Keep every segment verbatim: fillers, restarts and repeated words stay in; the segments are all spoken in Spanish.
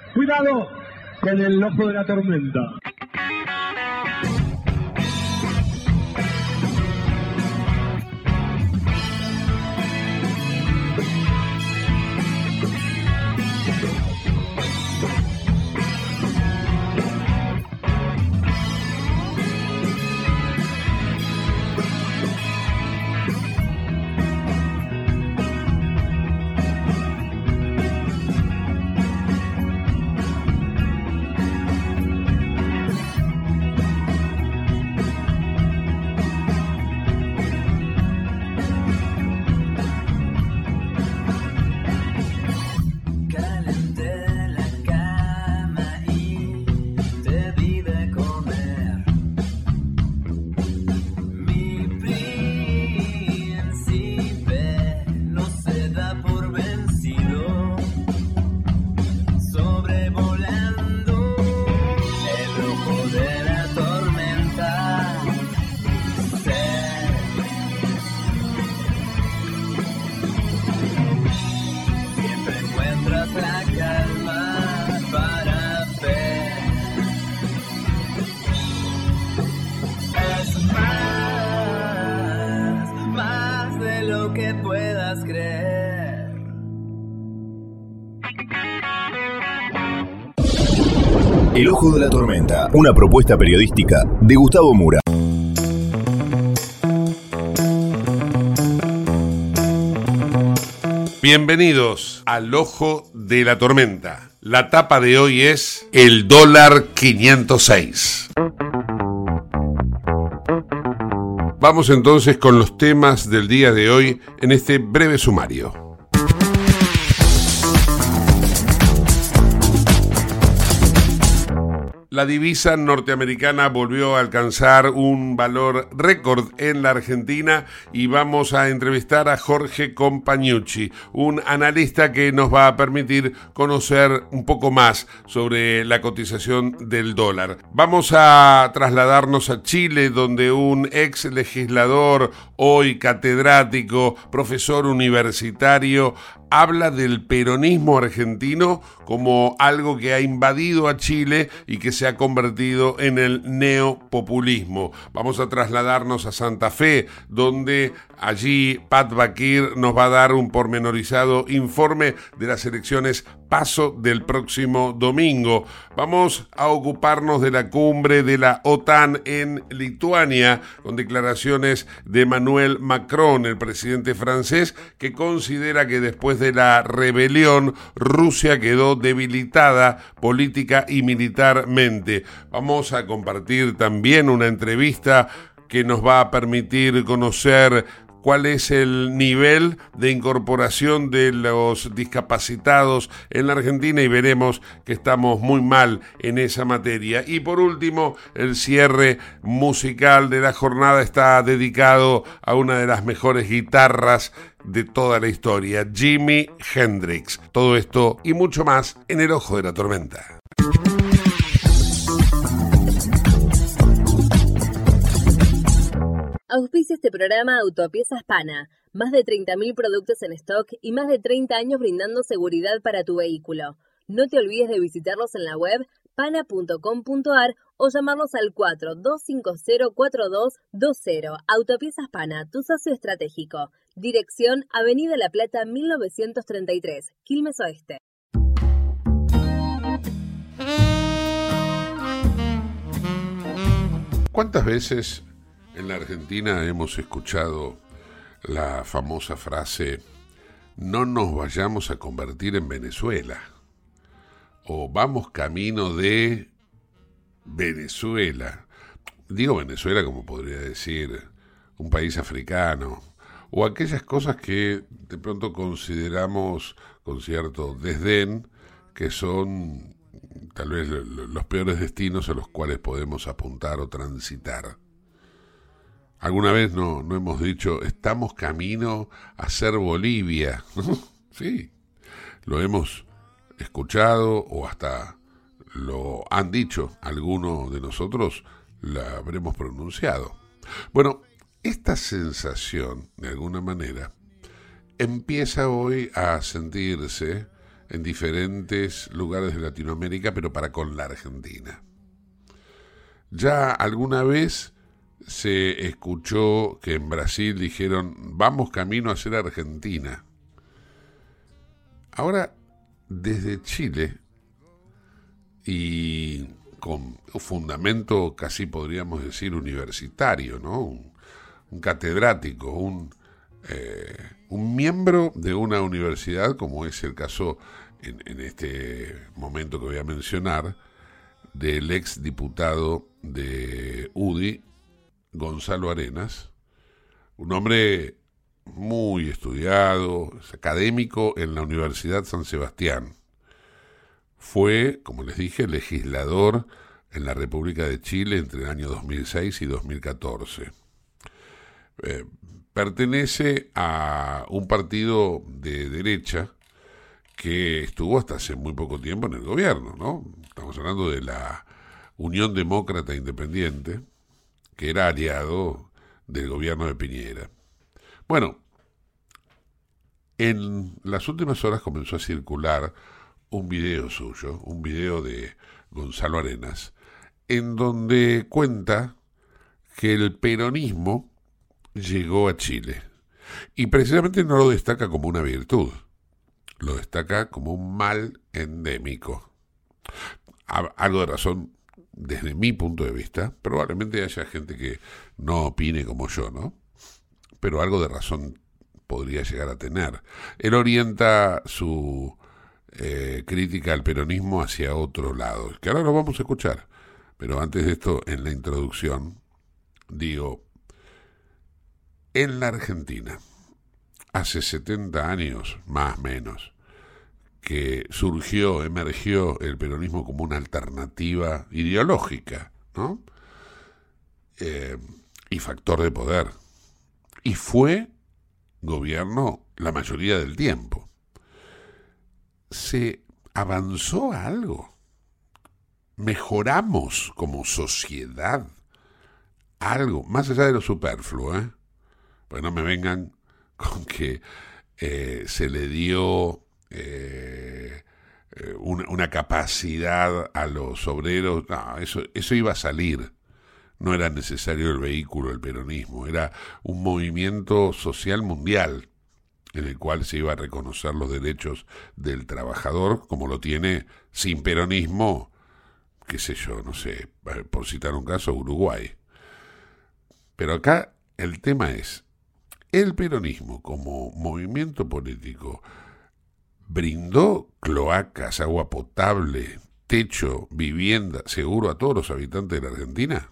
Cuidado con el ojo de la tormenta. El Ojo de la Tormenta, una propuesta periodística de Gustavo Mura. Bienvenidos al Ojo de la Tormenta. La tapa de hoy es el dólar quinientos seis. Vamos entonces con los temas del día de hoy en este breve sumario. La divisa norteamericana volvió a alcanzar un valor récord en la Argentina y vamos a entrevistar a Jorge Compañucci, un analista que nos va a permitir conocer un poco más sobre la cotización del dólar. Vamos a trasladarnos a Chile, donde un ex legislador, hoy catedrático, profesor universitario, habla del peronismo argentino como algo que ha invadido a Chile y que se ha convertido en el neopopulismo. Vamos a trasladarnos a Santa Fe, donde allí Pat Bakir nos va a dar un pormenorizado informe de las elecciones PASO del próximo domingo. Vamos a ocuparnos de la cumbre de la OTAN en Lituania, con declaraciones de Emmanuel Macron, el presidente francés, que considera que después de la rebelión, Rusia quedó debilitada política y militarmente. Vamos a compartir también una entrevista que nos va a permitir conocer cuál es el nivel de incorporación de los discapacitados en la Argentina y veremos que estamos muy mal en esa materia. Y por último, el cierre musical de la jornada está dedicado a una de las mejores guitarras de toda la historia, Jimi Hendrix. Todo esto y mucho más en El Ojo de la Tormenta. Auspicia este programa Autopiezas Pana. Más de treinta mil productos en stock y más de treinta años brindando seguridad para tu vehículo. No te olvides de visitarlos en la web pana punto com punto a r o llamarlos al cuatro dos cinco cero cuatro dos dos cero. Autopiezas Pana, tu socio estratégico. Dirección Avenida La Plata mil novecientos treinta y tres, Quilmes Oeste. ¿Cuántas veces en la Argentina hemos escuchado la famosa frase "no nos vayamos a convertir en Venezuela" o "vamos camino de Venezuela"? Digo Venezuela como podría decir un país africano, o aquellas cosas que de pronto consideramos con cierto desdén que son tal vez los peores destinos a los cuales podemos apuntar o transitar. Alguna vez no, no hemos dicho, estamos camino a ser Bolivia. Sí, lo hemos escuchado o hasta lo han dicho algunos de nosotros, la habremos pronunciado. Bueno, esta sensación, de alguna manera, empieza hoy a sentirse en diferentes lugares de Latinoamérica, pero para con la Argentina. Ya alguna vez se escuchó que en Brasil dijeron, vamos camino a ser Argentina. Ahora, desde Chile, y con un fundamento casi podríamos decir universitario, ¿no? Un, un catedrático, un, eh, un miembro de una universidad, como es el caso en, en este momento que voy a mencionar, del ex diputado de U D I, Gonzalo Arenas, un hombre muy estudiado, es académico en la Universidad San Sebastián. Fue, como les dije, legislador en la República de Chile entre el año dos mil seis y dos mil catorce. Eh, pertenece a un partido de derecha que estuvo hasta hace muy poco tiempo en el gobierno, ¿no? Estamos hablando de la Unión Demócrata Independiente, que era aliado del gobierno de Piñera. Bueno, en las últimas horas comenzó a circular un video suyo, un video de Gonzalo Arenas, en donde cuenta que el peronismo llegó a Chile. Y precisamente no lo destaca como una virtud, lo destaca como un mal endémico. Algo de razón desde mi punto de vista, probablemente haya gente que no opine como yo, ¿no? Pero algo de razón podría llegar a tener. Él orienta su eh, crítica al peronismo hacia otro lado, que ahora lo vamos a escuchar. Pero antes de esto, en la introducción, digo, en la Argentina, hace setenta años, más o menos, que surgió, emergió el peronismo como una alternativa ideológica, ¿no? Eh, y factor de poder. Y fue gobierno la mayoría del tiempo. ¿Se avanzó a algo? ¿Mejoramos como sociedad algo? Más allá de lo superfluo, ¿eh? Pues no me vengan con que eh, se le dio eh, una, una capacidad a los obreros. No, eso, eso iba a salir. No era necesario el vehículo del peronismo, era un movimiento social mundial en el cual se iba a reconocer los derechos del trabajador, como lo tiene sin peronismo, qué sé yo, no sé, por citar un caso, Uruguay. Pero acá el tema es, el peronismo como movimiento político brindó cloacas, agua potable, techo, vivienda, seguro a todos los habitantes de la Argentina.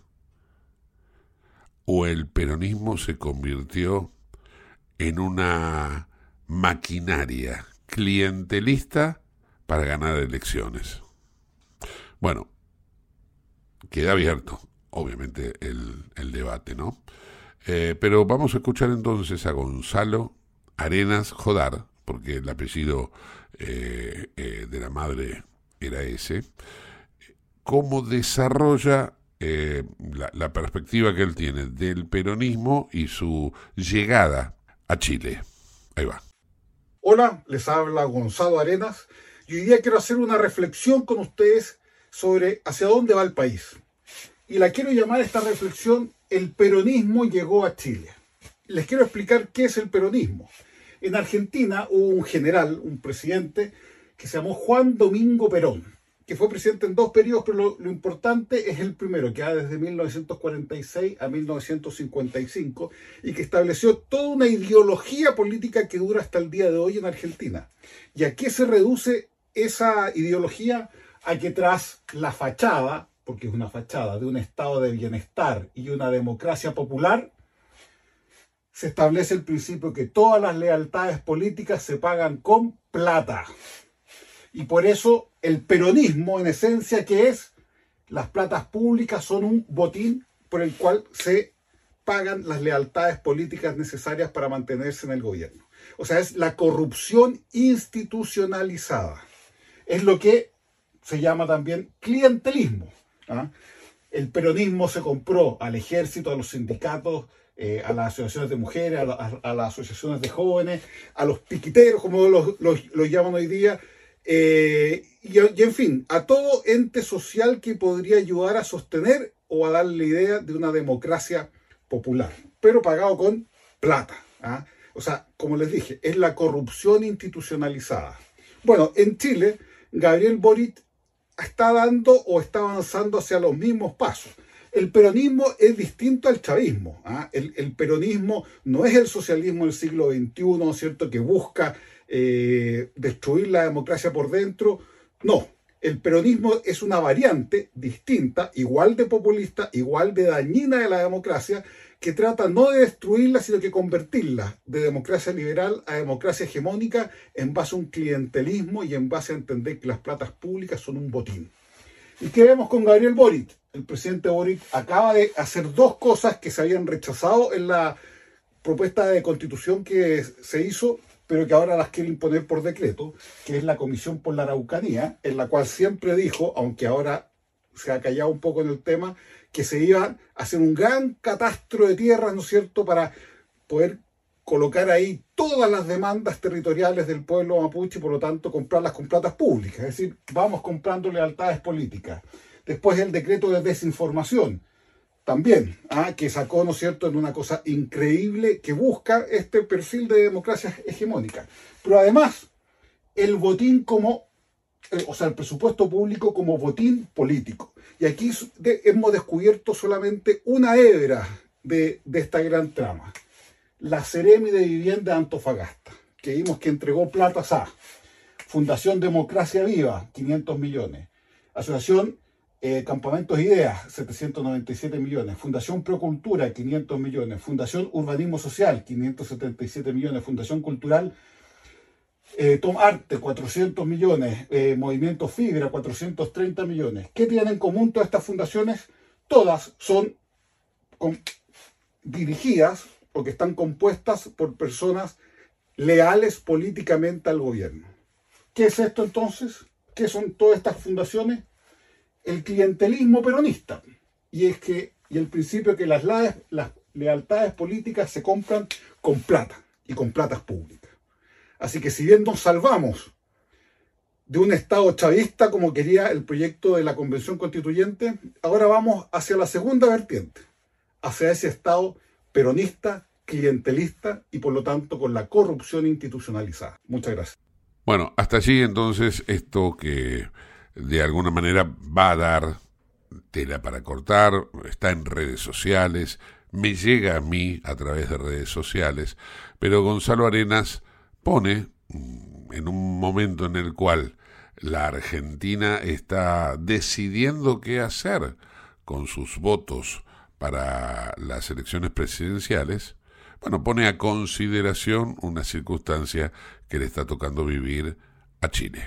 ¿O el peronismo se convirtió en una maquinaria clientelista para ganar elecciones? Bueno, queda abierto, obviamente, el, el debate, ¿no? Eh, pero vamos a escuchar entonces a Gonzalo Arenas Jodar, porque el apellido eh, eh, de la madre era ese, cómo desarrolla Eh, la, la perspectiva que él tiene del peronismo y su llegada a Chile. Ahí va. Hola, les habla Gonzalo Arenas y hoy día quiero hacer una reflexión con ustedes sobre hacia dónde va el país. Y la quiero llamar esta reflexión El peronismo llegó a Chile. Les quiero explicar qué es el peronismo. En Argentina hubo un general, un presidente que se llamó Juan Domingo Perón, que fue presidente en dos periodos, pero lo, lo importante es el primero, que va desde mil novecientos cuarenta y seis a mil novecientos cincuenta y cinco, y que estableció toda una ideología política que dura hasta el día de hoy en Argentina. ¿Y a qué se reduce esa ideología? A que tras la fachada, porque es una fachada, de un estado de bienestar y una democracia popular, se establece el principio que todas las lealtades políticas se pagan con plata. Y por eso el peronismo, en esencia, ¿qué es? Las platas públicas son un botín por el cual se pagan las lealtades políticas necesarias para mantenerse en el gobierno. O sea, es la corrupción institucionalizada. Es lo que se llama también clientelismo, ¿ah? El peronismo se compró al ejército, a los sindicatos, eh, a las asociaciones de mujeres, a, la, a, a las asociaciones de jóvenes, a los piquiteros, como los, los, los llaman hoy día. Eh, y, y en fin, a todo ente social que podría ayudar a sostener o a darle idea de una democracia popular, pero pagado con plata. ¿Ah? O sea, como les dije, es la corrupción institucionalizada. Bueno, en Chile, Gabriel Boric está dando o está avanzando hacia los mismos pasos. El peronismo es distinto al chavismo. ¿Ah? El, el peronismo no es el socialismo del siglo veintiuno, ¿cierto?, que busca eh, destruir la democracia por dentro. No, el peronismo es una variante distinta, igual de populista, igual de dañina de la democracia, que trata no de destruirla, sino que convertirla de democracia liberal a democracia hegemónica en base a un clientelismo y en base a entender que las platas públicas son un botín. ¿Y qué vemos con Gabriel Boric? El presidente Boric acaba de hacer dos cosas que se habían rechazado en la propuesta de constitución que se hizo, pero que ahora las quiere imponer por decreto, que es la Comisión por la Araucanía, en la cual siempre dijo, aunque ahora se ha callado un poco en el tema, que se iba a hacer un gran catastro de tierras, ¿no es cierto?, para poder colocar ahí todas las demandas territoriales del pueblo mapuche y por lo tanto comprarlas con platas públicas. Es decir, vamos comprando lealtades políticas. Después el decreto de desinformación, también, ¿ah? que sacó, ¿no es cierto?, en una cosa increíble que busca este perfil de democracia hegemónica. Pero además, el botín como, eh, o sea, el presupuesto público como botín político. Y aquí de, hemos descubierto solamente una hebra de, de esta gran trama. La Seremi de Vivienda de Antofagasta, que vimos que entregó platas a Fundación Democracia Viva, quinientos millones. Asociación eh, Campamentos Ideas, setecientos noventa y siete millones. Fundación Procultura, quinientos millones. Fundación Urbanismo Social, quinientos setenta y siete millones. Fundación Cultural eh, Tom Arte, cuatrocientos millones. Eh, Movimiento Fibra, cuatrocientos treinta millones. ¿Qué tienen en común todas estas fundaciones? Todas son con, dirigidas o que están compuestas por personas leales políticamente al gobierno. ¿Qué es esto entonces? ¿Qué son todas estas fundaciones? El clientelismo peronista. Y es que, y el principio que las, las lealtades políticas se compran con plata y con platas públicas. Así que si bien nos salvamos de un Estado chavista como quería el proyecto de la Convención Constituyente, ahora vamos hacia la segunda vertiente, hacia ese Estado peronista, clientelista y por lo tanto con la corrupción institucionalizada. Muchas gracias. Bueno, hasta allí entonces esto que de alguna manera va a dar tela para cortar, está en redes sociales, me llega a mí a través de redes sociales, pero Gonzalo Arenas pone en un momento en el cual la Argentina está decidiendo qué hacer con sus votos para las elecciones presidenciales, bueno, pone a consideración una circunstancia que le está tocando vivir a Chile.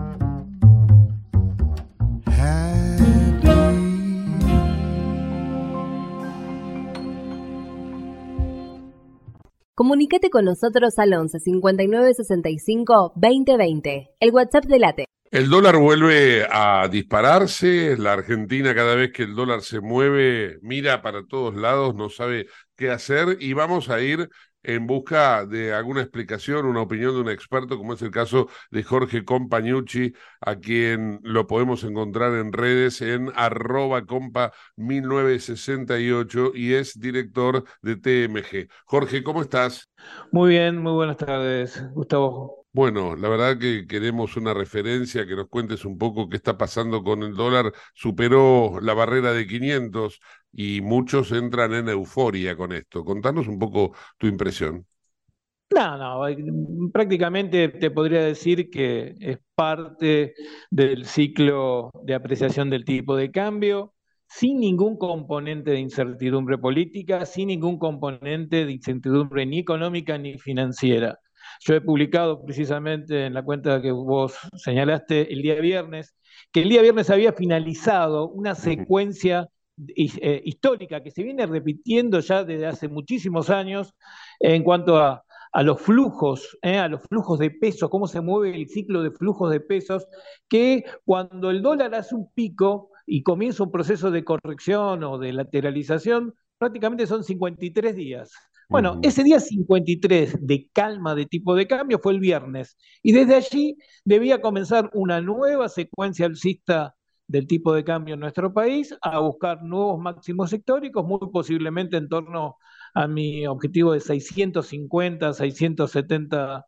Comunícate con nosotros al once cincuenta y nueve sesenta y cinco veinte veinte, el WhatsApp de Late. El dólar vuelve a dispararse, la Argentina cada vez que el dólar se mueve mira para todos lados, no sabe qué hacer y vamos a ir en busca de alguna explicación, una opinión de un experto, como es el caso de Jorge Compañucci, a quien lo podemos encontrar en redes en arroba compa mil novecientos sesenta y ocho y es director de T M G. Jorge, ¿cómo estás? Muy bien, muy buenas tardes, Gustavo. Bueno, la verdad que queremos una referencia, que nos cuentes un poco qué está pasando con el dólar. Superó la barrera de quinientos y muchos entran en euforia con esto. Contanos un poco tu impresión. No, no, prácticamente te podría decir que es parte del ciclo de apreciación del tipo de cambio, sin ningún componente de incertidumbre política, sin ningún componente de incertidumbre ni económica ni financiera. Yo he publicado precisamente en la cuenta que vos señalaste el día viernes, que el día viernes había finalizado una secuencia eh, histórica que se viene repitiendo ya desde hace muchísimos años en cuanto a, a los flujos, eh, a los flujos de pesos, cómo se mueve el ciclo de flujos de pesos, que cuando el dólar hace un pico y comienza un proceso de corrección o de lateralización, prácticamente son cincuenta y tres días. Bueno, Ujú. ese día cincuenta y tres de calma de tipo de cambio fue el viernes y desde allí debía comenzar una nueva secuencia alcista del tipo de cambio en nuestro país a buscar nuevos máximos históricos, muy posiblemente en torno a mi objetivo de seiscientos cincuenta, seiscientos setenta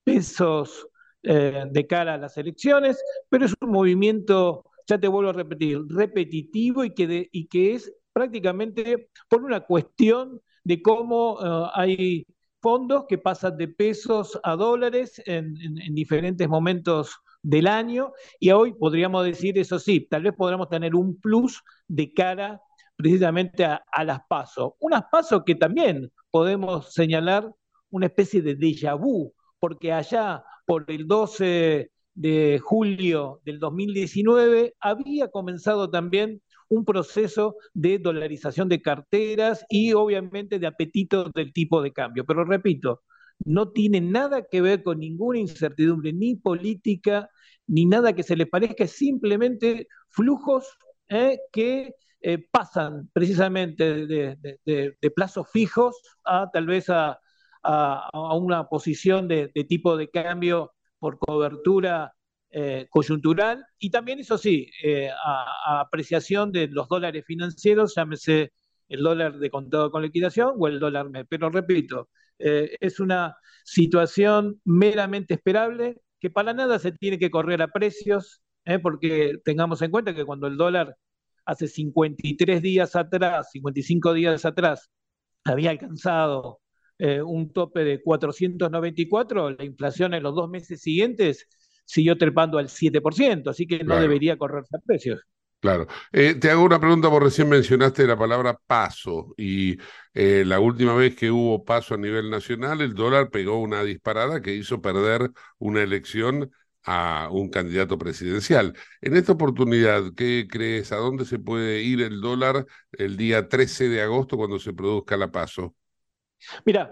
pesos eh, de cara a las elecciones, pero es un movimiento, ya te vuelvo a repetir, repetitivo y que, de, y que es prácticamente por una cuestión de cómo uh, hay fondos que pasan de pesos a dólares en, en, en, diferentes momentos del año y hoy podríamos decir, eso sí, tal vez podamos tener un plus de cara precisamente a, a las PASO. Unas PASO que también podemos señalar una especie de déjà vu, porque allá por el doce de julio del dos mil diecinueve había comenzado también un proceso de dolarización de carteras y obviamente de apetito del tipo de cambio. Pero repito, no tiene nada que ver con ninguna incertidumbre, ni política, ni nada que se le parezca, es simplemente flujos eh, que eh, pasan precisamente de, de, de, de plazos fijos a tal vez a, a, a una posición de, de tipo de cambio por cobertura eh, coyuntural y también, eso sí, eh, a, a, apreciación de los dólares financieros, llámese el dólar de contado con liquidación o el dólar M E P. Pero repito, eh, es una situación meramente esperable que para nada se tiene que correr a precios, eh, porque tengamos en cuenta que cuando el dólar hace cincuenta y tres días atrás, cincuenta y cinco días atrás, había alcanzado eh, un tope de cuatrocientos noventa y cuatro, la inflación en los dos meses siguientes siguió trepando al siete por ciento, así que no Claro. debería correrse a precios. Claro. Eh, te hago una pregunta, porque recién mencionaste la palabra paso y eh, la última vez que hubo paso a nivel nacional, el dólar pegó una disparada que hizo perder una elección a un candidato presidencial. En esta oportunidad, ¿qué crees? ¿A dónde se puede ir el dólar el día trece de agosto cuando se produzca la paso? Mira,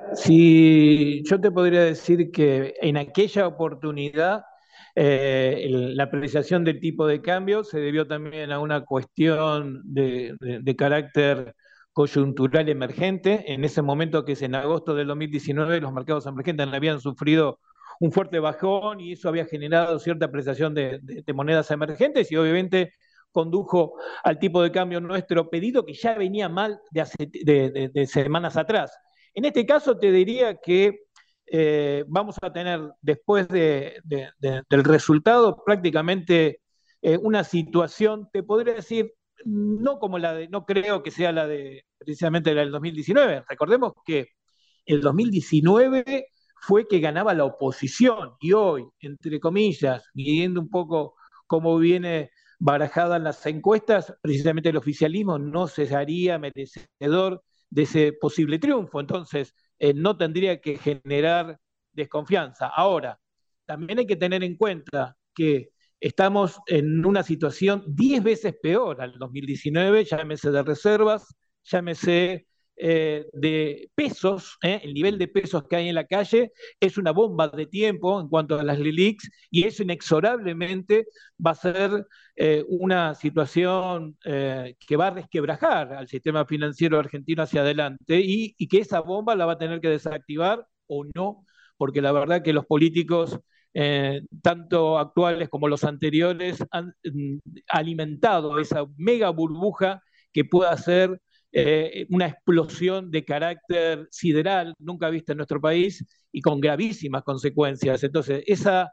si yo te podría decir que en aquella oportunidad eh, el- la apreciación del tipo de cambio se debió también a una cuestión de, de- de carácter coyuntural emergente. En ese momento, que es en agosto del dos mil diecinueve, los mercados emergentes habían sufrido un fuerte bajón y eso había generado cierta apreciación de, de- de monedas emergentes y obviamente condujo al tipo de cambio nuestro pedido, que ya venía mal de, hace, de de- de semanas atrás. En este caso te diría que eh, vamos a tener después de, de, de, del resultado prácticamente eh, una situación, te podría decir, no como la de, no creo que sea la de precisamente la del dos mil diecinueve. Recordemos que el dos mil diecinueve fue que ganaba la oposición y hoy, entre comillas, viendo un poco cómo viene barajada en las encuestas, precisamente el oficialismo no se haría merecedor de ese posible triunfo. Entonces, eh, no tendría que generar desconfianza. Ahora, también hay que tener en cuenta que estamos en una situación diez veces peor al dos mil diecinueve, llámese de reservas, llámese eh, de pesos, ¿eh? El nivel de pesos que hay en la calle es una bomba de tiempo en cuanto a las LELIQs y eso inexorablemente va a ser eh, una situación eh, que va a resquebrajar al sistema financiero argentino hacia adelante y, y que esa bomba la va a tener que desactivar o no, porque la verdad que los políticos eh, tanto actuales como los anteriores, han mm, alimentado esa mega burbuja que pueda ser eh, una explosión de carácter sideral nunca vista en nuestro país y con gravísimas consecuencias. Entonces, esa,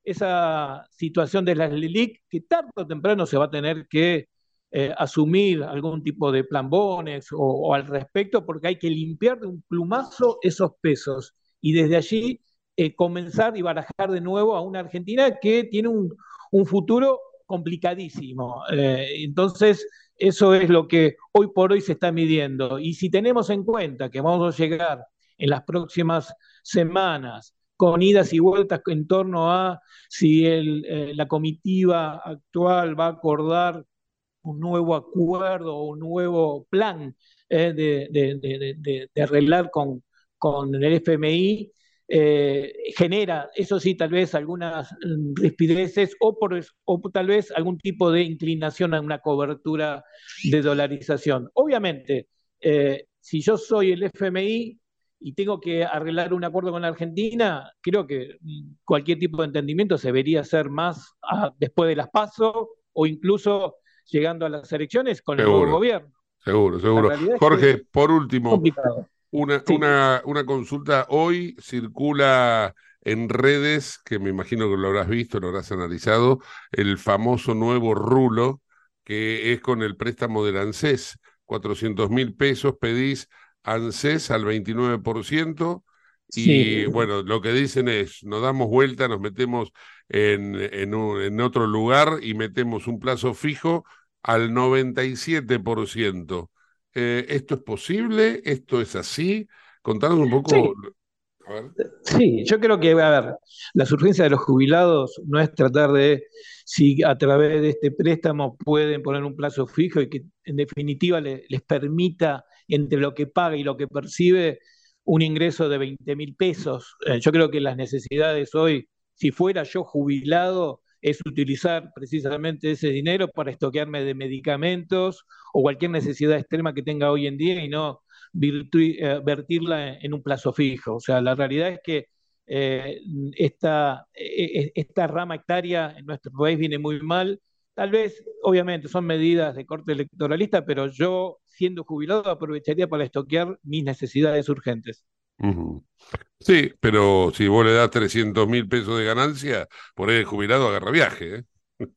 esa situación de las LELIC, que tarde o temprano se va a tener que eh, asumir algún tipo de plan Bonex o, o al respecto, porque hay que limpiar de un plumazo esos pesos y desde allí eh, comenzar y barajar de nuevo a una Argentina que tiene un, un futuro complicadísimo. Eh, entonces, eso es lo que hoy por hoy se está midiendo. Y si tenemos en cuenta que vamos a llegar en las próximas semanas con idas y vueltas en torno a si el, eh, la comitiva actual va a acordar un nuevo acuerdo o un nuevo plan eh, de, de, de, de, de arreglar con, con el F M I, eh, genera, eso sí, tal vez algunas mm, rispideces o, por, o tal vez algún tipo de inclinación a una cobertura de dolarización. Obviamente, eh, si yo soy el F M I y tengo que arreglar un acuerdo con la Argentina, creo que cualquier tipo de entendimiento se debería hacer más a, después de las PASO o incluso llegando a las elecciones con Seguro, el nuevo gobierno. Seguro, seguro. Jorge, es por último, complicado. Una, Sí. una, una consulta. Hoy circula en redes, que me imagino que lo habrás visto, lo habrás analizado, el famoso nuevo rulo, que es con el préstamo del ANSES. cuatrocientos mil pesos pedís ANSES al veintinueve por ciento. Y Sí. bueno, lo que dicen es, nos damos vuelta, nos metemos en, en, un, en otro lugar y metemos un plazo fijo al noventa y siete por ciento. Eh, ¿Esto es posible? ¿Esto es así? Contanos un poco. Sí. A ver. Sí, yo creo que, a ver, las urgencias de los jubilados no es tratar de si a través de este préstamo pueden poner un plazo fijo y que en definitiva le, les permita, entre lo que paga y lo que percibe, un ingreso de veinte mil pesos. Eh, yo creo que las necesidades hoy, si fuera yo jubilado, es utilizar precisamente ese dinero para estoquearme de medicamentos o cualquier necesidad extrema que tenga hoy en día y no virtu- eh, vertirla en, en un plazo fijo. O sea, la realidad es que eh, esta, eh, esta rama hectárea en nuestro país viene muy mal. Tal vez, obviamente, son medidas de corte electoralista, pero yo, siendo jubilado, aprovecharía para estoquear mis necesidades urgentes. Uh-huh. Sí, pero si vos le das trescientos mil pesos de ganancia, por ahí el jubilado agarra viaje, ¿eh?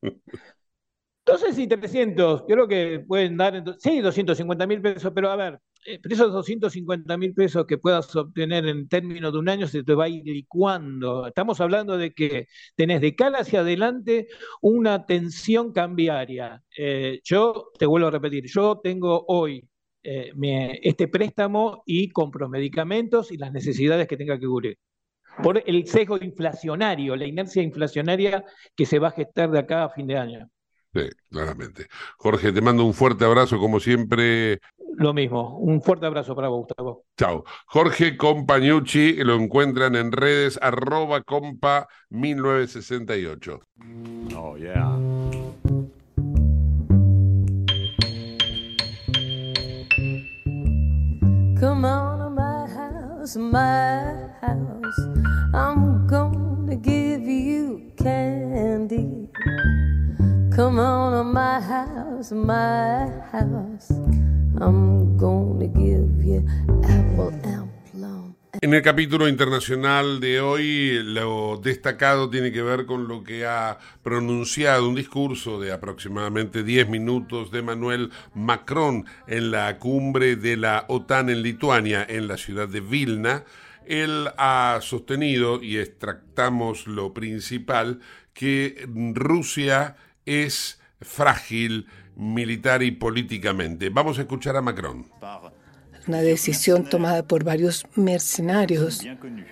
Entonces, sí, trescientos, creo que pueden dar, ento- sí, doscientos cincuenta mil pesos, pero a ver, eh, pero esos doscientos cincuenta mil pesos que puedas obtener en términos de un año se te va a ir licuando. Estamos hablando de que tenés de cara hacia adelante una tensión cambiaria. Eh, yo te vuelvo a repetir, yo tengo hoy eh, me- este préstamo y compro medicamentos y las necesidades que tenga que cubrir. Por el sesgo inflacionario, la inercia inflacionaria que se va a gestar de acá a fin de año. Sí, claramente. Jorge, te mando un fuerte abrazo, como siempre. Lo mismo, un fuerte abrazo para vos, Gustavo. Chao. Jorge Compañucci, lo encuentran en redes, arroba compa mil novecientos sesenta y ocho. Oh, yeah. Come on to my house, my house. I'm gonna give you candy. Come on to my house, my house. I'm gonna give you apple and plum. En el capítulo internacional de hoy, lo destacado tiene que ver con lo que ha pronunciado un discurso de aproximadamente diez minutos de Emmanuel Macron en la cumbre de la OTAN en Lituania, en la ciudad de Vilna. Él ha sostenido, y extractamos lo principal, que Rusia es frágil militar y políticamente. Vamos a escuchar a Macron. Una decisión tomada por varios mercenarios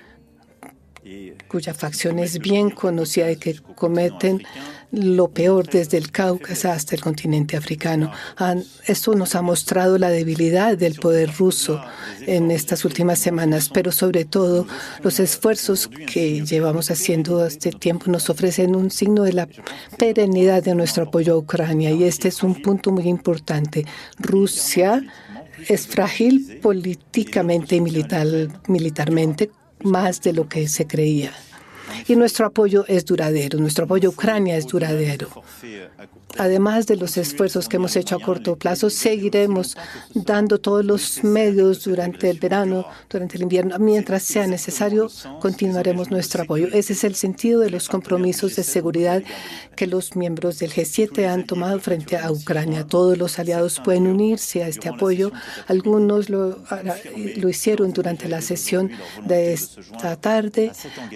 cuya facción es bien conocida y que cometen lo peor desde el Cáucaso hasta el continente africano. Han, esto nos ha mostrado la debilidad del poder ruso en estas últimas semanas, pero sobre todo los esfuerzos que llevamos haciendo este tiempo nos ofrecen un signo de la perennidad de nuestro apoyo a Ucrania, y este es un punto muy importante. Rusia es frágil políticamente y militar, militarmente, más de lo que se creía. Y nuestro apoyo es duradero, nuestro apoyo a Ucrania es duradero. Además de los esfuerzos que hemos hecho a corto plazo, seguiremos dando todos los medios durante el verano, durante el invierno. Mientras sea necesario, continuaremos nuestro apoyo. Ese es el sentido de los compromisos de seguridad que los miembros del G siete han tomado frente a Ucrania. Todos los aliados pueden unirse a este apoyo. Algunos lo, lo hicieron durante la sesión de esta tarde.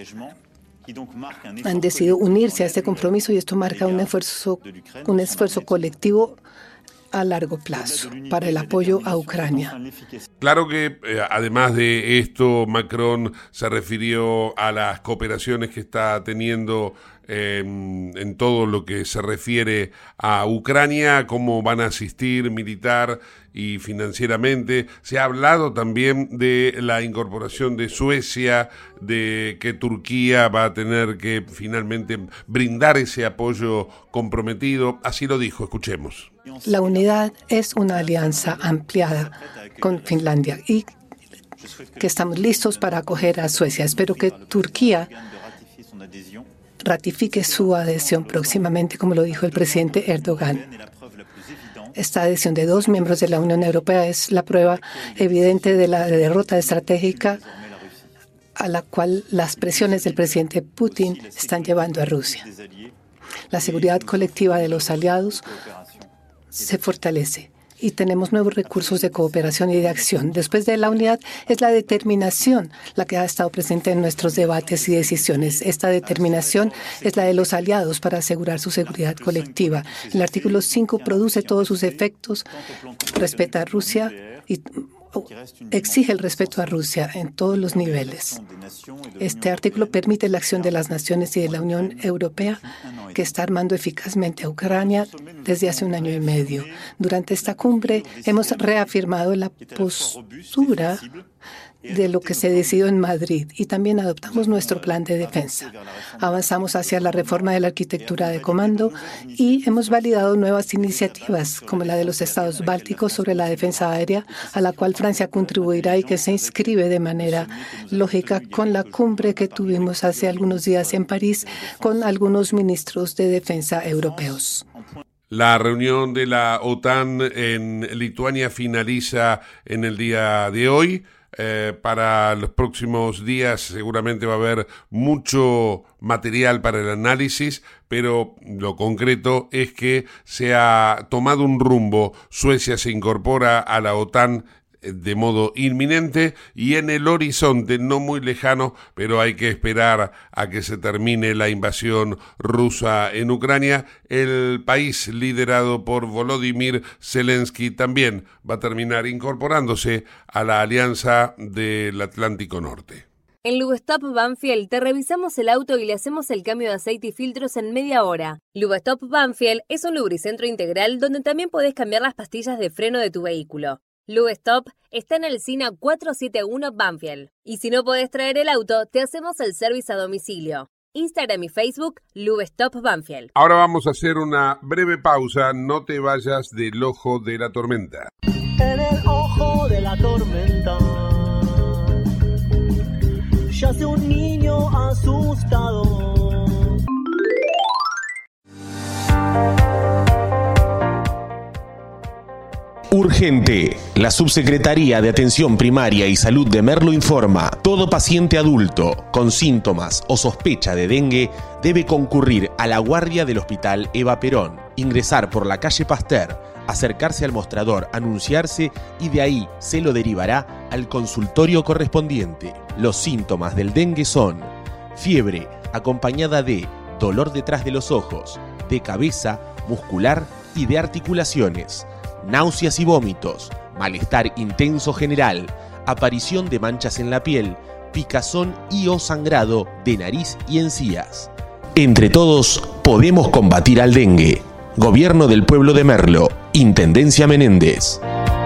Han decidido unirse a este compromiso, y esto marca un esfuerzo, un esfuerzo colectivo a largo plazo para el apoyo a Ucrania. Claro que eh, además de esto, Macron se refirió a las cooperaciones que está teniendo eh, en todo lo que se refiere a Ucrania, cómo van a asistir militar y financieramente. Se ha hablado también de la incorporación de Suecia, de que Turquía va a tener que finalmente brindar ese apoyo comprometido. Así lo dijo, escuchemos. La unidad es una alianza ampliada con Finlandia, y que estamos listos para acoger a Suecia. Espero que Turquía ratifique su adhesión próximamente, como lo dijo el presidente Erdogan. Esta adhesión de dos miembros de la Unión Europea es la prueba evidente de la derrota estratégica a la cual las presiones del presidente Putin están llevando a Rusia. La seguridad colectiva de los aliados se fortalece y tenemos nuevos recursos de cooperación y de acción. Después de la unidad es la determinación la que ha estado presente en nuestros debates y decisiones. Esta determinación es la de los aliados para asegurar su seguridad colectiva. El artículo cinco produce todos sus efectos, respeta a Rusia y exige el respeto a Rusia en todos los niveles. Este artículo permite la acción de las naciones y de la Unión Europea, que está armando eficazmente a Ucrania desde hace un año y medio. Durante esta cumbre hemos reafirmado la postura de lo que se decidió en Madrid y también adoptamos nuestro plan de defensa. Avanzamos hacia la reforma de la arquitectura de comando y hemos validado nuevas iniciativas como la de los estados bálticos sobre la defensa aérea, a la cual Francia contribuirá y que se inscribe de manera lógica con la cumbre que tuvimos hace algunos días en París con algunos ministros de defensa europeos. La reunión de la OTAN en Lituania finaliza en el día de hoy. Eh, para los próximos días seguramente va a haber mucho material para el análisis, pero lo concreto es que se ha tomado un rumbo. Suecia se incorpora a la OTAN de modo inminente y en el horizonte no muy lejano, pero hay que esperar a que se termine la invasión rusa en Ucrania. El país liderado por Volodymyr Zelensky también va a terminar incorporándose a la Alianza del Atlántico Norte. En Lubestop Banfield te revisamos el auto y le hacemos el cambio de aceite y filtros en media hora. Lubestop Banfield es un lubricentro integral donde también podés cambiar las pastillas de freno de tu vehículo. Lubestop está en el SINA cuatrocientos setenta y uno Banfield. Y si no podés traer el auto, te hacemos el service a domicilio. Instagram y Facebook, Lubestop Banfield. Ahora vamos a hacer una breve pausa. No te vayas del ojo de la tormenta. En el ojo de la tormenta yace un niño asustado. Urgente. La Subsecretaría de Atención Primaria y Salud de Merlo informa: todo paciente adulto con síntomas o sospecha de dengue debe concurrir a la guardia del Hospital Eva Perón, ingresar por la calle Pasteur, acercarse al mostrador, anunciarse y de ahí se lo derivará al consultorio correspondiente. Los síntomas del dengue son fiebre acompañada de dolor detrás de los ojos, de cabeza, muscular y de articulaciones, náuseas y vómitos, malestar intenso general, aparición de manchas en la piel, picazón y o sangrado de nariz y encías. Entre todos podemos combatir al dengue. Gobierno del Pueblo de Merlo, Intendencia Menéndez.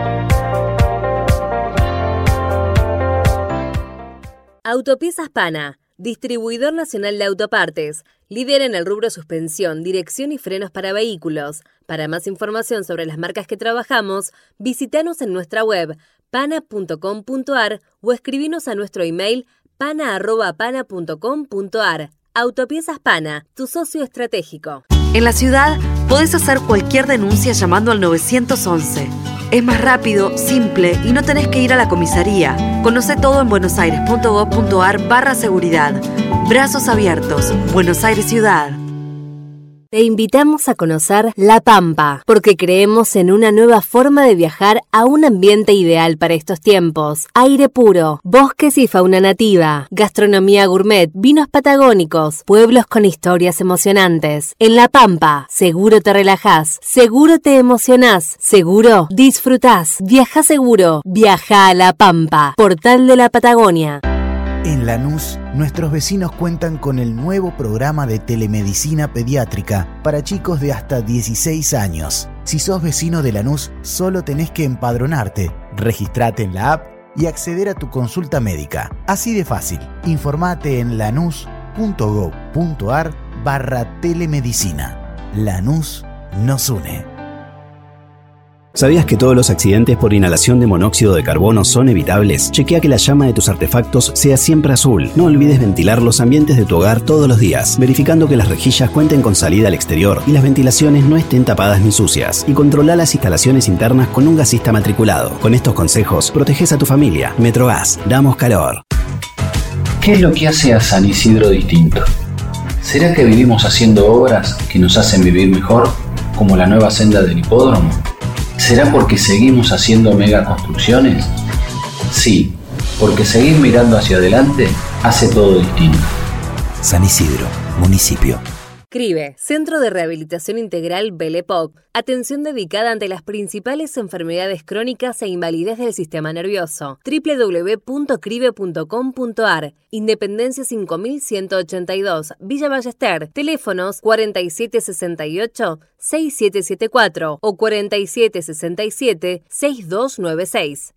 Autopiezas Pana, distribuidor nacional de autopartes, líder en el rubro suspensión, dirección y frenos para vehículos. Para más información sobre las marcas que trabajamos, visítanos en nuestra web pana punto com punto ar o escribinos a nuestro email pana arroba pana punto com punto ar. Autopiezas Pana, tu socio estratégico. En la ciudad podés hacer cualquier denuncia llamando al nueve once. Es más rápido, simple y no tenés que ir a la comisaría. Conoce todo en buenosaires punto gob punto ar barra seguridad. Brazos abiertos. Buenos Aires Ciudad. Te invitamos a conocer La Pampa, porque creemos en una nueva forma de viajar a un ambiente ideal para estos tiempos. Aire puro, bosques y fauna nativa, gastronomía gourmet, vinos patagónicos, pueblos con historias emocionantes. En La Pampa, seguro te relajás, seguro te emocionás, seguro disfrutás. Viaja seguro, viaja a La Pampa, Portal de la Patagonia. En Lanús, nuestros vecinos cuentan con el nuevo programa de telemedicina pediátrica para chicos de hasta dieciséis años. Si sos vecino de Lanús, solo tenés que empadronarte, registrate en la app y acceder a tu consulta médica. Así de fácil. Informate en lanús punto gob punto ar barra telemedicina. Lanús nos une. ¿Sabías que todos los accidentes por inhalación de monóxido de carbono son evitables? Chequea que la llama de tus artefactos sea siempre azul. No olvides ventilar los ambientes de tu hogar todos los días, verificando que las rejillas cuenten con salida al exterior y las ventilaciones no estén tapadas ni sucias. Y controla las instalaciones internas con un gasista matriculado. Con estos consejos, proteges a tu familia. Metrogas, damos calor. ¿Qué es lo que hace a San Isidro distinto? ¿Será que vivimos haciendo obras que nos hacen vivir mejor, como la nueva senda del hipódromo? ¿Será porque seguimos haciendo megaconstrucciones? Sí, porque seguir mirando hacia adelante hace todo distinto. San Isidro, municipio. CRIBE, Centro de Rehabilitación Integral Belle-Époque, atención dedicada ante las principales enfermedades crónicas e invalidez del sistema nervioso. doble u doble u doble u punto cribe punto com punto a r, Independencia cinco mil ciento ochenta y dos, Villa Ballester, teléfonos cuarenta y siete sesenta y ocho, sesenta y siete setenta y cuatro o cuarenta y siete sesenta y siete, sesenta y dos noventa y seis.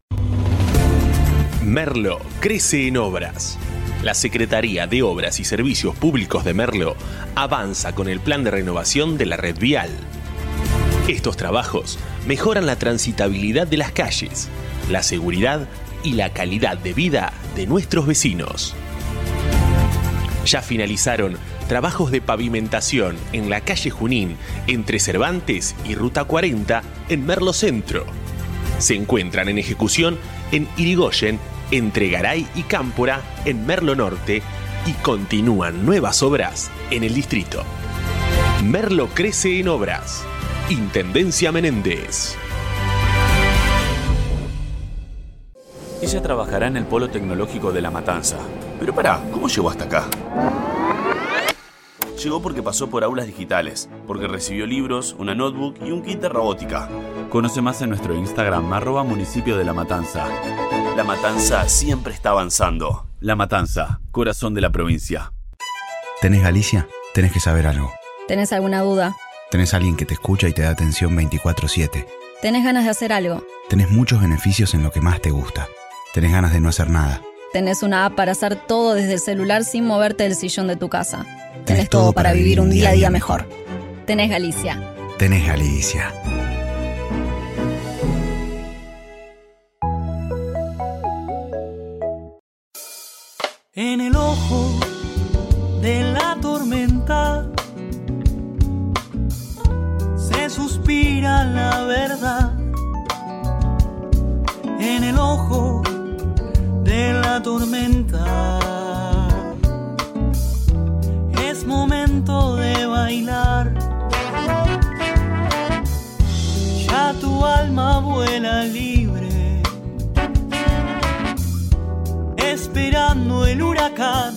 Merlo crece en obras. La Secretaría de Obras y Servicios Públicos de Merlo avanza con el plan de renovación de la red vial. Estos trabajos mejoran la transitabilidad de las calles, la seguridad y la calidad de vida de nuestros vecinos. Ya finalizaron trabajos de pavimentación en la calle Junín entre Cervantes y Ruta cuarenta en Merlo Centro. Se encuentran en ejecución en Irigoyen, entre Garay y Cámpora en Merlo Norte, y continúan nuevas obras en el distrito. Merlo crece en obras. Intendencia Menéndez. Ella trabajará en el Polo Tecnológico de La Matanza. Pero pará, ¿cómo llegó hasta acá? Llegó porque pasó por aulas digitales, porque recibió libros, una notebook y un kit de robótica. Conoce más en nuestro Instagram, arroba municipio de La Matanza. La Matanza siempre está avanzando. La Matanza, corazón de la provincia. ¿Tenés Galicia? Tenés que saber algo. ¿Tenés alguna duda? ¿Tenés alguien que te escucha y te da atención veinticuatro siete? ¿Tenés ganas de hacer algo? Tenés muchos beneficios en lo que más te gusta. Tenés ganas de no hacer nada. Tenés una app para hacer todo desde el celular sin moverte del sillón de tu casa. Tenés, Tenés todo, todo para vivir un día a día mejor. Tenés Galicia. Tenés Galicia. En el ojo de la tormenta se suspira la verdad. En el ojo de la tormenta es momento de bailar. Ya tu alma vuela libre, esperando el huracán.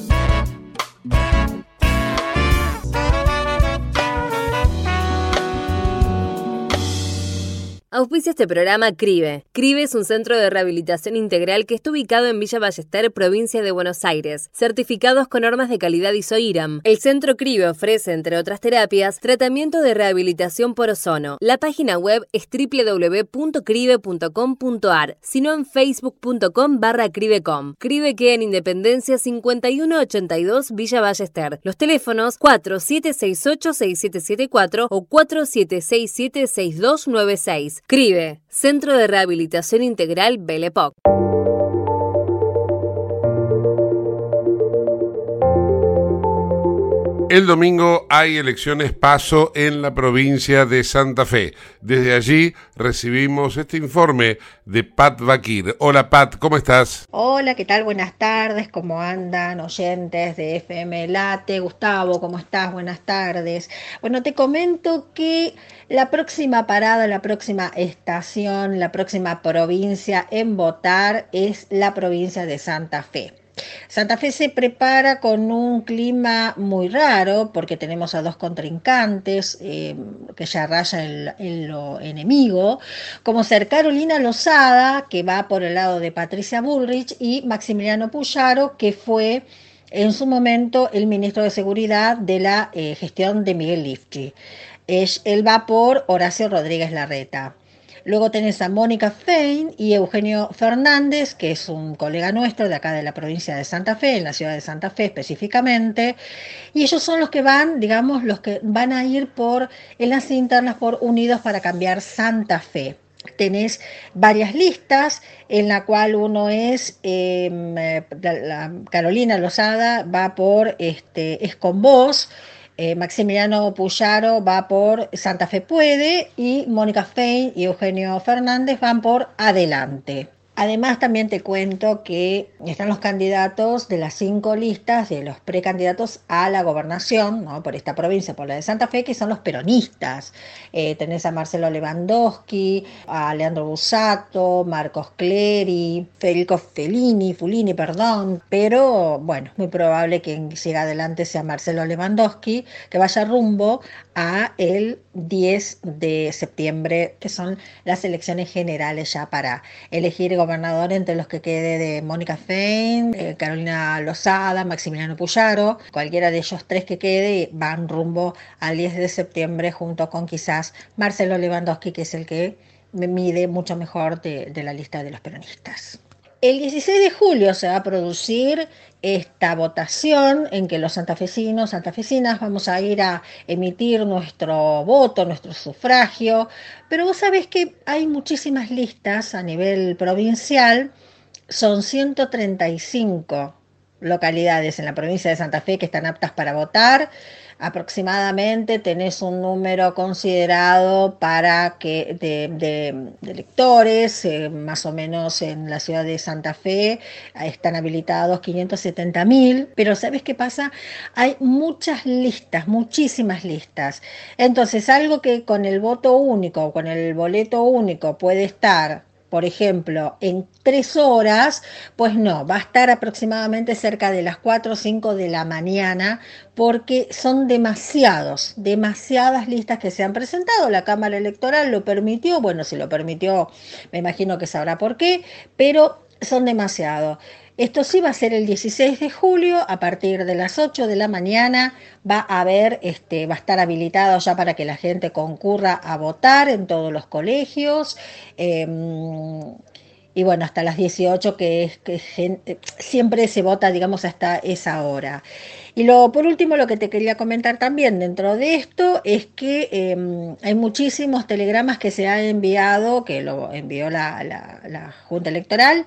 Auspicia este programa CRIBE. CRIBE es un centro de rehabilitación integral que está ubicado en Villa Ballester, provincia de Buenos Aires, certificados con normas de calidad I S O IRAM. El centro CRIBE ofrece, entre otras terapias, tratamiento de rehabilitación por ozono. La página web es doble u doble u doble u punto cribe punto com punto a r, sino en facebook punto com barra cribecom. CRIBE queda en Independencia cincuenta y uno ochenta y dos Villa Ballester. Los teléfonos cuatro siete seis ocho seis siete siete cuatro o cuatro siete seis siete seis dos nueve seis. CRIBE, Centro de Rehabilitación Integral Belle-Époque. El domingo hay elecciones PASO en la provincia de Santa Fe. Desde allí recibimos este informe de Pat Bakir. Hola Pat, ¿cómo estás? Hola, ¿qué tal? Buenas tardes, ¿cómo andan oyentes de F M Late? Gustavo, ¿cómo estás? Buenas tardes. Bueno, te comento que la próxima parada, la próxima estación, la próxima provincia en votar es la provincia de Santa Fe. Santa Fe se prepara con un clima muy raro porque tenemos a dos contrincantes eh, que ya rayan en, en lo enemigo, como ser Carolina Lozada, que va por el lado de Patricia Bullrich, y Maximiliano Puyaro, que fue en su momento el ministro de Seguridad de la eh, gestión de Miguel Lifchi. Él va por Horacio Rodríguez Larreta. Luego tenés a Mónica Fein y Eugenio Fernández, que es un colega nuestro de acá de la provincia de Santa Fe, en la ciudad de Santa Fe específicamente, y ellos son los que van, digamos, los que van a ir por en las internas por Unidos para Cambiar Santa Fe. tenés varias listas en la cual uno es, eh, la, la Carolina Lozada va por este, Es con Vos, eh, Maximiliano Puyaro va por Santa Fe Puede y Mónica Fein y Eugenio Fernández van por Adelante. Además, también te cuento que están los candidatos de las cinco listas de los precandidatos a la gobernación, ¿no? Por esta provincia, por la de Santa Fe, que son los peronistas. Eh, tenés a Marcelo Lewandowski, a Leandro Busato, Marcos Clery, Federico Fellini, Fulini, perdón. Pero, bueno, muy probable que quien siga adelante sea Marcelo Lewandowski, que vaya rumbo a el diez de septiembre, que son las elecciones generales ya para elegir gobernador entre los que quede de Mónica Fein, eh, Carolina Lozada, Maximiliano Puyaro. Cualquiera de ellos tres que quede van rumbo al diez de septiembre junto con quizás Marcelo Lewandowski, que es el que mide mucho mejor de, de la lista de los peronistas. El dieciséis de julio se va a producir esta votación en que los santafesinos, santafesinas vamos a ir a emitir nuestro voto, nuestro sufragio, pero vos sabés que hay muchísimas listas a nivel provincial, son ciento treinta y cinco localidades en la provincia de Santa Fe que están aptas para votar. Aproximadamente tenés un número considerado para que de, de, de electores, eh, más o menos en la ciudad de Santa Fe están habilitados quinientos setenta mil, pero ¿sabes qué pasa? Hay muchas listas, muchísimas listas. Entonces, algo que con el voto único, con el boleto único puede estar, por ejemplo, en tres horas, pues no, va a estar aproximadamente cerca de las cuatro o cinco de la mañana, porque son demasiados, demasiadas listas que se han presentado. La Cámara Electoral lo permitió, bueno, si lo permitió, me imagino que sabrá por qué, pero son demasiados. Esto sí va a ser el dieciséis de julio, a partir de las ocho de la mañana, va a haber, este, va a estar habilitado ya para que la gente concurra a votar en todos los colegios, eh, y bueno, hasta las dieciocho, que es que gente, siempre se vota, digamos, hasta esa hora. Y lo, por último, lo que te quería comentar también dentro de esto es que eh, hay muchísimos telegramas que se han enviado, que lo envió la, la, la Junta Electoral,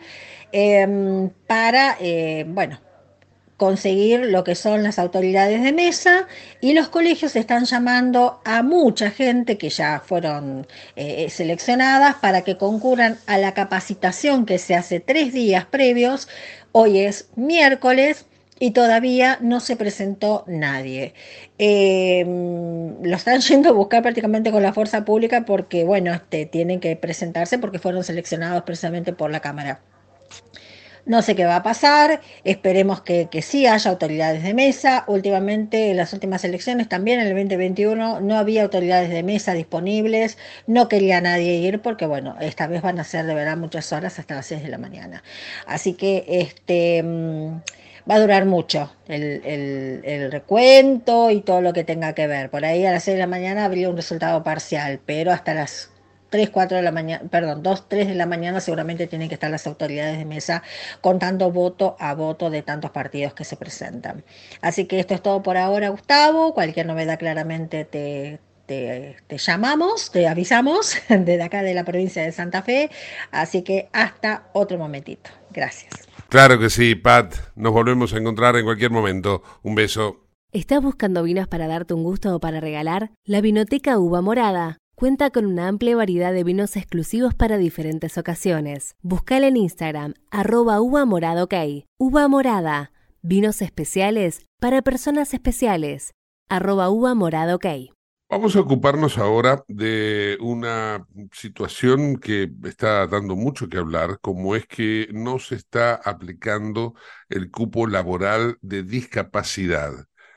eh, para, eh, bueno, conseguir lo que son las autoridades de mesa, y los colegios están llamando a mucha gente que ya fueron eh, seleccionadas para que concurran a la capacitación que se hace tres días previos. Hoy es miércoles y todavía no se presentó nadie. Eh, lo están yendo a buscar prácticamente con la fuerza pública porque, bueno, este, tienen que presentarse porque fueron seleccionados precisamente por la Cámara. No sé qué va a pasar, esperemos que, que sí haya autoridades de mesa. Últimamente, en las últimas elecciones, también en el veinte veintiuno, no había autoridades de mesa disponibles, no quería nadie ir porque, bueno, esta vez van a ser de verdad muchas horas, hasta las seis de la mañana. Así que este va a durar mucho el, el, el recuento y todo lo que tenga que ver. Por ahí a las seis de la mañana habría un resultado parcial, pero hasta las tres, cuatro de la mañana, perdón, dos, tres de la mañana seguramente tienen que estar las autoridades de mesa contando voto a voto de tantos partidos que se presentan. Así que esto es todo por ahora, Gustavo. Cualquier novedad claramente te, te, te llamamos, te avisamos desde acá de la provincia de Santa Fe. Así que hasta otro momentito. Gracias. Claro que sí, Pat. Nos volvemos a encontrar en cualquier momento. Un beso. ¿Estás buscando vinos para darte un gusto o para regalar? La Vinoteca Uva Morada cuenta con una amplia variedad de vinos exclusivos para diferentes ocasiones. Búscala en Instagram, arroba uva morada ok. Uva Morada, vinos especiales para personas especiales, arroba uva morada ok. Vamos a ocuparnos ahora de una situación que está dando mucho que hablar, como es que no se está aplicando el cupo laboral de discapacidad.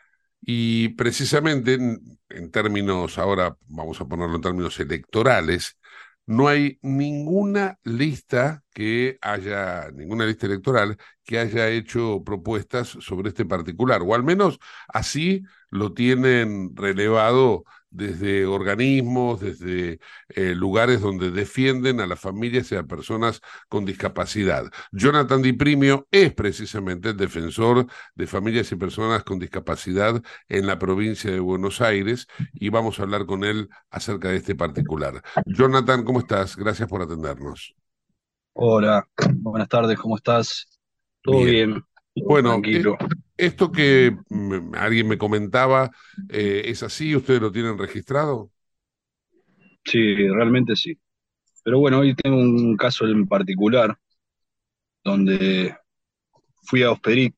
Y precisamente en, en términos, ahora vamos a ponerlo en términos electorales, no hay ninguna lista que haya, ninguna lista electoral que haya hecho propuestas sobre este particular, o al menos así lo tienen relevado desde organismos, desde eh, lugares donde defienden a las familias y a personas con discapacidad. Jonathan Di Primio es precisamente el defensor de familias y personas con discapacidad en la provincia de Buenos Aires y vamos a hablar con él acerca de este particular. Jonathan, ¿cómo estás? Gracias por atendernos. Hola, buenas tardes, ¿cómo estás? Todo bien, bien todo bueno, tranquilo. Eh, esto que mm, alguien me comentaba, eh, ¿es así? ¿Ustedes lo tienen registrado? Sí, realmente sí. Pero bueno, hoy tengo un caso en particular donde fui a Ospedec,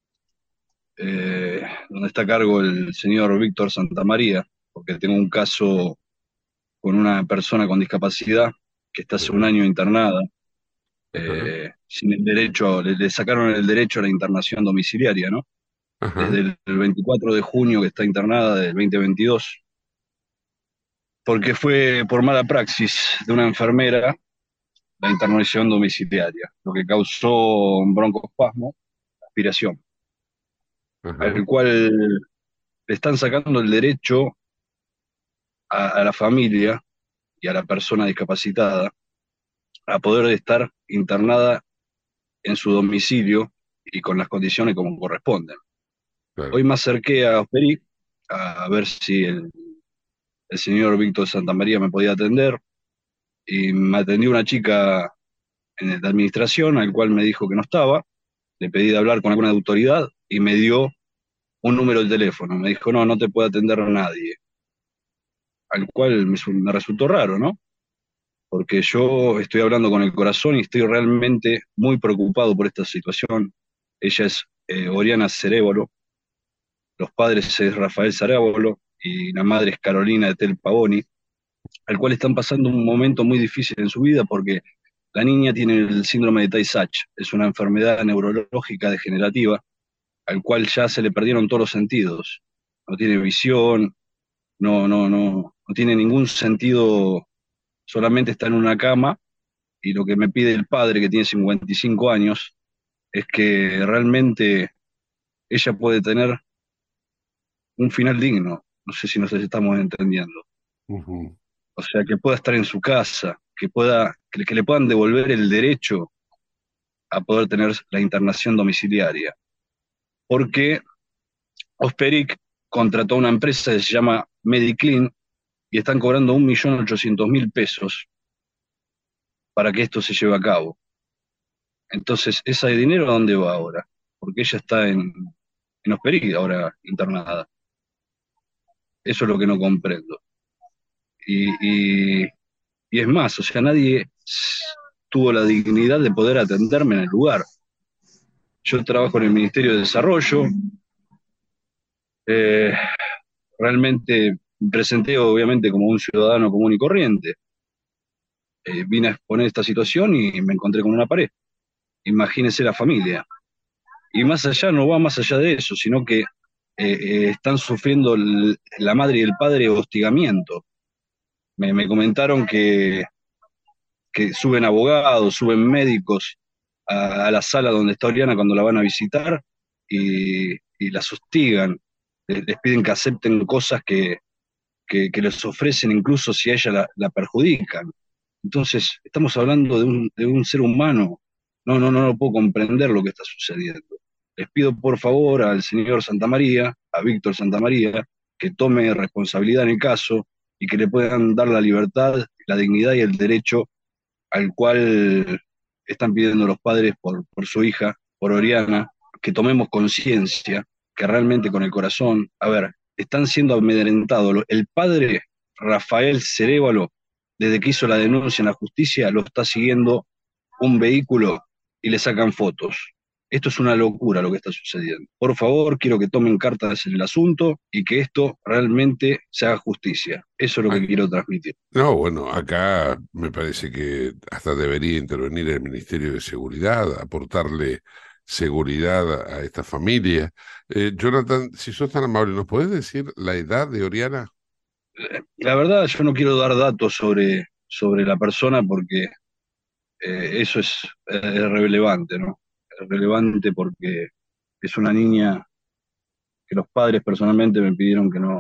eh, donde está a cargo el señor Víctor Santamaría, porque tengo un caso con una persona con discapacidad que está hace un año internada, eh, sin el derecho, le, le sacaron el derecho a la internación domiciliaria, ¿no? Ajá. Desde el, el veinticuatro de junio que está internada del veinte veintidós, porque fue por mala praxis de una enfermera la internación domiciliaria, lo que causó un broncoespasmo, aspiración, Ajá. al cual le están sacando el derecho a, a la familia y a la persona discapacitada a poder estar internada en su domicilio y con las condiciones como corresponden. Claro. Hoy me acerqué a Ospedec a ver si el, el señor Víctor Santamaría me podía atender, y me atendió una chica en la administración, al cual me dijo que no estaba. Le pedí de hablar con alguna autoridad y me dio un número de teléfono. Me dijo, no, no te puede atender nadie. Al cual me, me resultó raro, ¿no? Porque yo estoy hablando con el corazón y estoy realmente muy preocupado por esta situación. Ella es eh, Oriana Cerebolo, los padres es Rafael Cerebolo y la madre es Carolina de Tel Pavoni, al cual están pasando un momento muy difícil en su vida porque la niña tiene el síndrome de Tay-Sachs, es una enfermedad neurológica degenerativa, al cual ya se le perdieron todos los sentidos. No tiene visión, no, no, no, no tiene ningún sentido, solamente está en una cama, y lo que me pide el padre, que tiene cincuenta y cinco años, es que realmente ella puede tener un final digno. No sé si nos estamos entendiendo. Uh-huh. O sea, que pueda estar en su casa, que pueda, que, que le puedan devolver el derecho a poder tener la internación domiciliaria. Porque Ospedec contrató una empresa que se llama Mediclean y están cobrando un millón ochocientos mil pesos para que esto se lleve a cabo. Entonces, ¿ese dinero a dónde va ahora? Porque ella está en, en Ospedec ahora internada. Eso es lo que no comprendo. Y, y, y es más, o sea, nadie tuvo la dignidad de poder atenderme en el lugar. Yo trabajo en el Ministerio de Desarrollo, eh, realmente me presenté obviamente como un ciudadano común y corriente. Eh, vine a exponer esta situación y me encontré con una pared. Imagínense la familia. Y más allá, no va más allá de eso, sino que eh, eh, están sufriendo el, la madre y el padre hostigamiento. Me, me comentaron que, que suben abogados, suben médicos a, a la sala donde está Oriana cuando la van a visitar y, y las hostigan. Les, les piden que acepten cosas que, que, que les ofrecen incluso si a ella la, la perjudican. Entonces, estamos hablando de un, de un ser humano. No, no, no, no puedo comprender lo que está sucediendo. Les pido por favor al señor Santamaría, a Víctor Santamaría, que tome responsabilidad en el caso y que le puedan dar la libertad, la dignidad y el derecho al cual están pidiendo los padres por, por su hija, por Oriana, que tomemos conciencia, que realmente con el corazón, a ver, están siendo amedrentados. El padre Rafael Cerebolo, desde que hizo la denuncia en la justicia, lo está siguiendo un vehículo y le sacan fotos. Esto es una locura lo que está sucediendo. Por favor, quiero que tomen cartas en el asunto y que esto realmente se haga justicia. Eso es lo que ah, quiero transmitir. No, bueno, acá me parece que hasta debería intervenir el Ministerio de Seguridad, aportarle seguridad a esta familia. Eh, Jonathan, si sos tan amable, ¿nos podés decir la edad de Oriana? La verdad, yo no quiero dar datos sobre, sobre la persona porque eh, eso es, es relevante, ¿no? Es relevante porque es una niña que los padres personalmente me pidieron que no,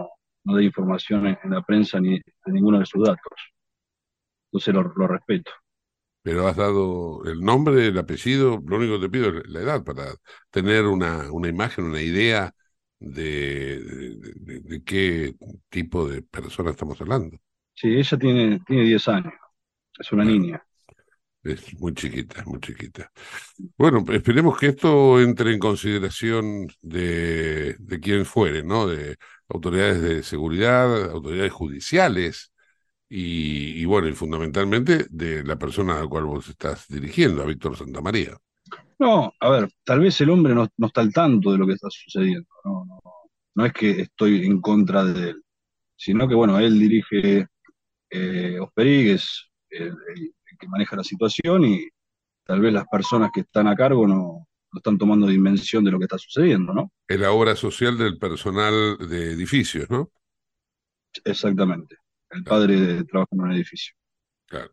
no dé información en, en la prensa ni de ninguno de sus datos. Entonces lo, lo respeto. Pero has dado el nombre, el apellido, lo único que te pido es la edad para tener una, una imagen, una idea de, de, de, de qué tipo de persona estamos hablando. Sí, ella tiene, tiene diez años, es una Claro. niña. Es muy chiquita, es muy chiquita. Bueno, esperemos que esto entre en consideración de, de quien fuere, ¿no? De autoridades de seguridad, autoridades judiciales y, y bueno, y fundamentalmente de la persona a la cual vos estás dirigiendo, a Víctor Santamaría. No, a ver, tal vez el hombre no, no está al tanto de lo que está sucediendo. No, no, no es que estoy en contra de él, sino que, bueno, él dirige eh, Osperi, que es el, el- el que maneja la situación, y tal vez las personas que están a cargo no, no están tomando dimensión de lo que está sucediendo, ¿no? Es la obra social del personal de edificios, ¿no? Exactamente. El padre trabaja en un edificio. Claro.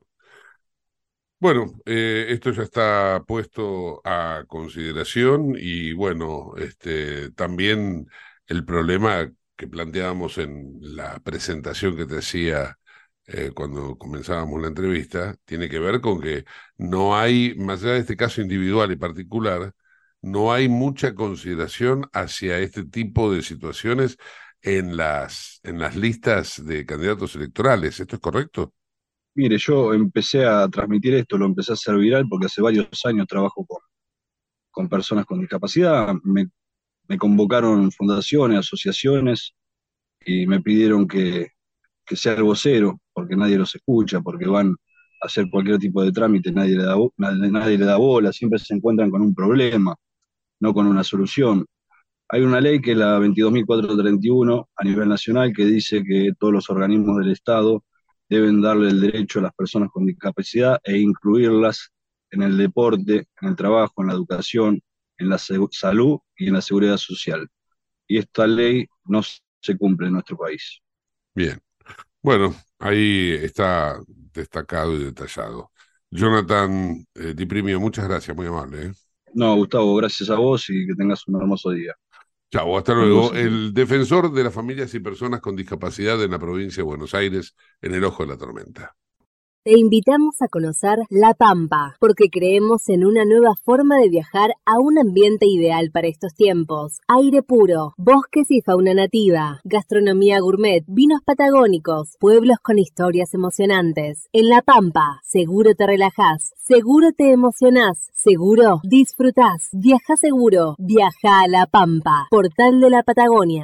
Bueno, eh, esto ya está puesto a consideración y bueno, este, también el problema que planteábamos en la presentación que te hacía eh, cuando comenzábamos la entrevista, tiene que ver con que no hay, más allá de este caso individual y particular, no hay mucha consideración hacia este tipo de situaciones en las, en las listas de candidatos electorales. ¿Esto es correcto? Mire, yo empecé a transmitir esto, lo empecé a hacer viral porque hace varios años trabajo con, con personas con discapacidad. Me, me convocaron fundaciones, asociaciones y me pidieron que, que sea el vocero, porque nadie los escucha, porque van a hacer cualquier tipo de trámite, nadie le da, bo- nadie, nadie le da bola, siempre se encuentran con un problema, no con una solución. Hay una ley que es la veintidós mil cuatrocientos treinta y uno a nivel nacional que dice que todos los organismos del Estado deben darle el derecho a las personas con discapacidad e incluirlas en el deporte, en el trabajo, en la educación, en la segu- salud y en la seguridad social. Y esta ley no se cumple en nuestro país. Bien. Bueno, ahí está destacado y detallado. Jonathan eh, Di Primio, muchas gracias, muy amable. ¿eh? No, Gustavo, gracias a vos y que tengas un hermoso día. Chao, hasta luego. El defensor de las familias y personas con discapacidad en la provincia de Buenos Aires, en el ojo de la tormenta. Te invitamos a conocer La Pampa, porque creemos en una nueva forma de viajar a un ambiente ideal para estos tiempos. Aire puro, bosques y fauna nativa, gastronomía gourmet, vinos patagónicos, pueblos con historias emocionantes. En La Pampa, seguro te relajás, seguro te emocionás, seguro disfrutás. Viaja seguro, viaja a La Pampa, portal de la Patagonia.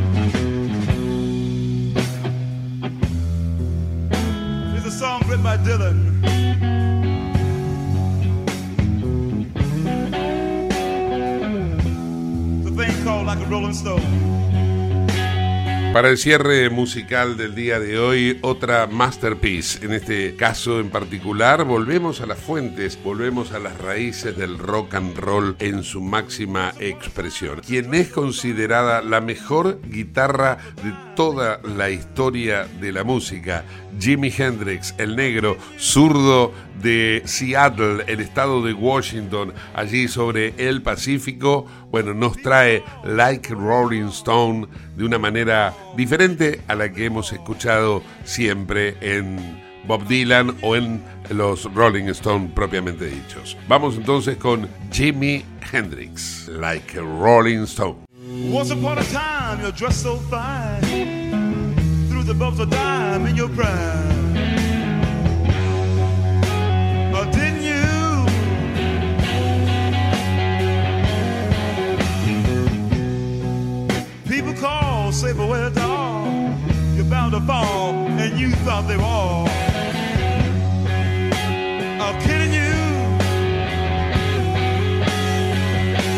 It's a song written by Dylan. It's a thing called Like a Rolling Stone. Para el cierre musical del día de hoy, otra masterpiece. En este caso en particular, volvemos a las fuentes, volvemos a las raíces del rock and roll en su máxima expresión. Quien es considerada la mejor guitarra de toda la historia de la música, Jimi Hendrix, el negro, zurdo de Seattle, el estado de Washington, allí sobre el Pacífico, bueno, nos trae Like Rolling Stone de una manera diferente a la que hemos escuchado siempre en Bob Dylan o en los Rolling Stone propiamente dichos. Vamos entonces con Jimi Hendrix, Like a Rolling Stone. Once upon a time, you're dressed so fine, through the bumps of dime in your prime. Oh, didn't you? People call, say, beware dog, you're bound to fall, and you thought they were all. I'm kidding you.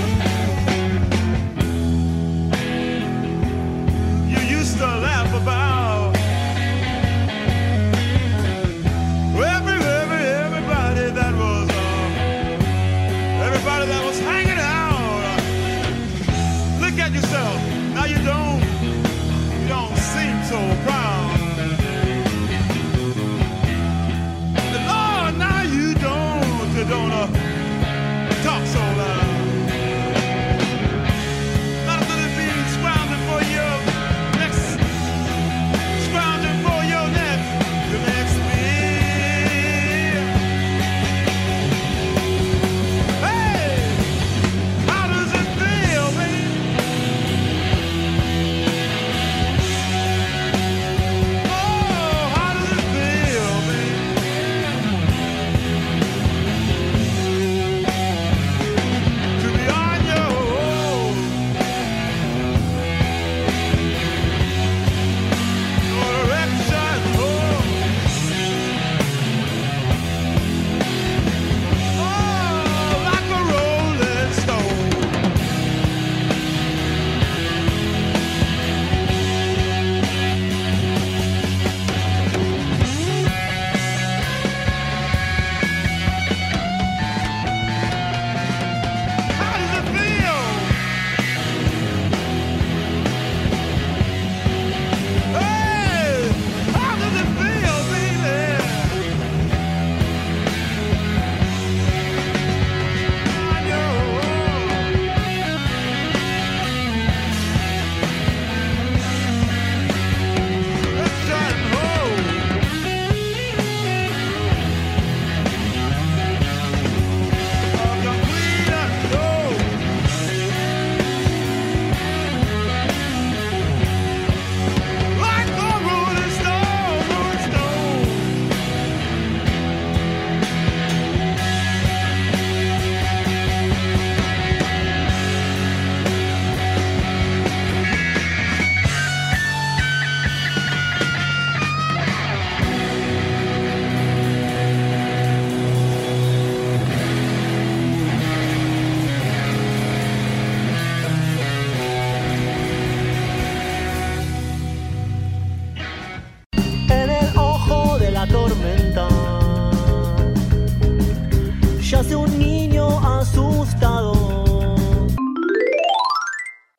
You used to laugh about